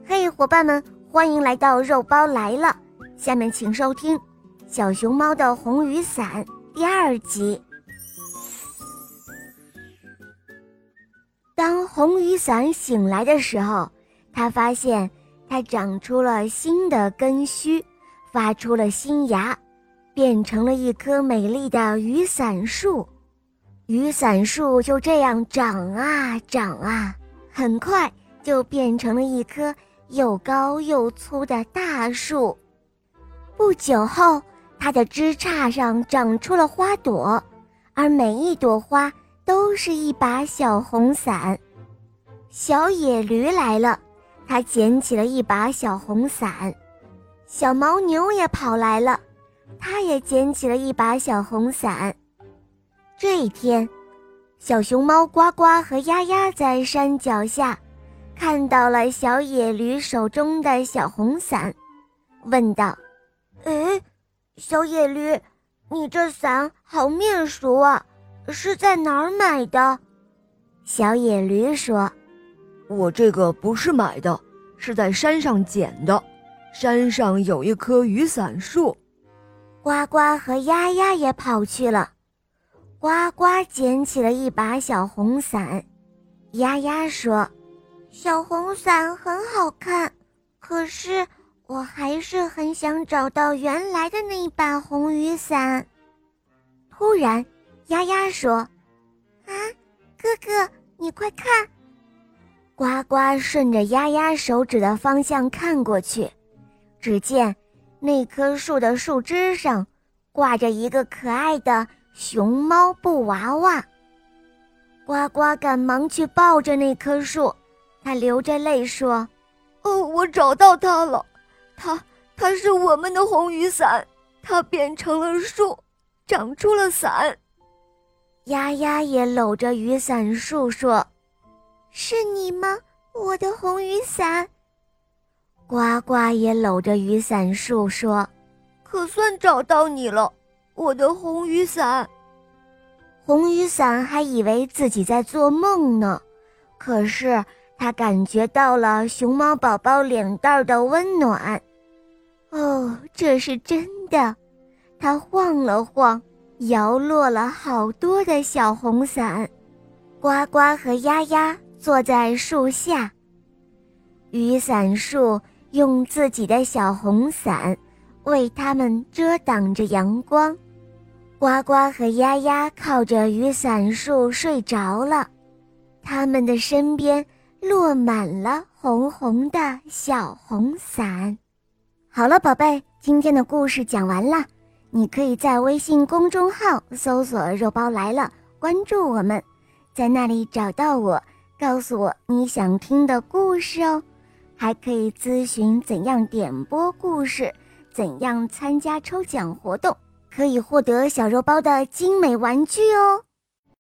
嘿，伙伴们，欢迎来到肉包来了。下面请收听《小熊猫的红雨伞》第2集。当红雨伞醒来的时候，它发现它长出了新的根须，发出了新芽，变成了一棵美丽的雨伞树。雨伞树就这样长啊长啊，很快就变成了一棵又高又粗的大树。不久后，它的枝杈上长出了花朵，而每一朵花都是一把小红伞。小野驴来了，它捡起了一把小红伞。小牦牛也跑来了，它也捡起了一把小红伞。这一天，小熊猫呱呱和丫丫在山脚下看到了小野驴手中的小红伞，问道：小野驴，你这伞好面熟啊，是在哪儿买的？小野驴说： 我这个不是买的，是在山上捡的，山上有一棵雨伞树。 呱呱和丫丫也跑去了。呱呱捡起了一把小红伞，丫丫说：小红伞很好看，可是我还是很想找到原来的那一把红雨伞。突然，丫丫说：哥哥，你快看！呱呱顺着丫丫手指的方向看过去，只见那棵树的树枝上挂着一个可爱的熊猫布娃娃。呱呱赶忙去抱着那棵树，他流着泪说： 我找到它了，它是我们的红雨伞，它变成了树，长出了伞。 丫丫也搂着雨伞树说：是你吗，我的红雨伞？呱呱也搂着雨伞树说： 可算找到你了，我的红雨伞。 红雨伞还以为自己在做梦呢，可是他感觉到了熊猫宝宝脸蛋的温暖。这是真的。他晃了晃，摇落了好多的小红伞。呱呱和丫丫坐在树下，雨伞树用自己的小红伞为它们遮挡着阳光。呱呱和丫丫靠着雨伞树睡着了，他们的身边落满了红红的小红伞。好了，宝贝，今天的故事讲完了，你可以在微信公众号搜索肉包来了，关注我们，在那里找到我，告诉我你想听的故事哦，还可以咨询怎样点播故事，怎样参加抽奖活动，可以获得小肉包的精美玩具哦。